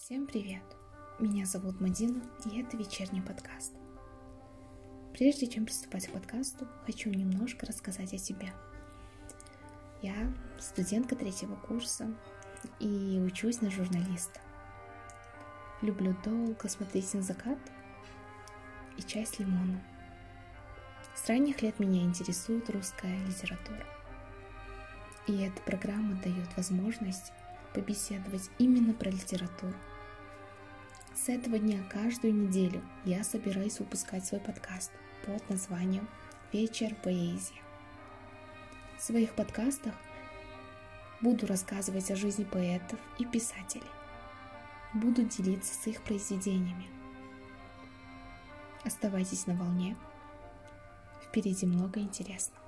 Всем привет! Меня зовут Мадина, и это вечерний подкаст. Прежде чем приступать к подкасту, хочу немножко рассказать о себе. Я студентка 3-го курса и учусь на журналиста. Люблю долго смотреть на закат и чай с лимоном. С ранних лет меня интересует русская литература. И эта программа дает возможность побеседовать именно про литературу. С этого дня каждую неделю я собираюсь выпускать свой подкаст под названием «Вечер поэзии». В своих подкастах буду рассказывать о жизни поэтов и писателей. Буду делиться с их произведениями. Оставайтесь на волне. Впереди много интересного.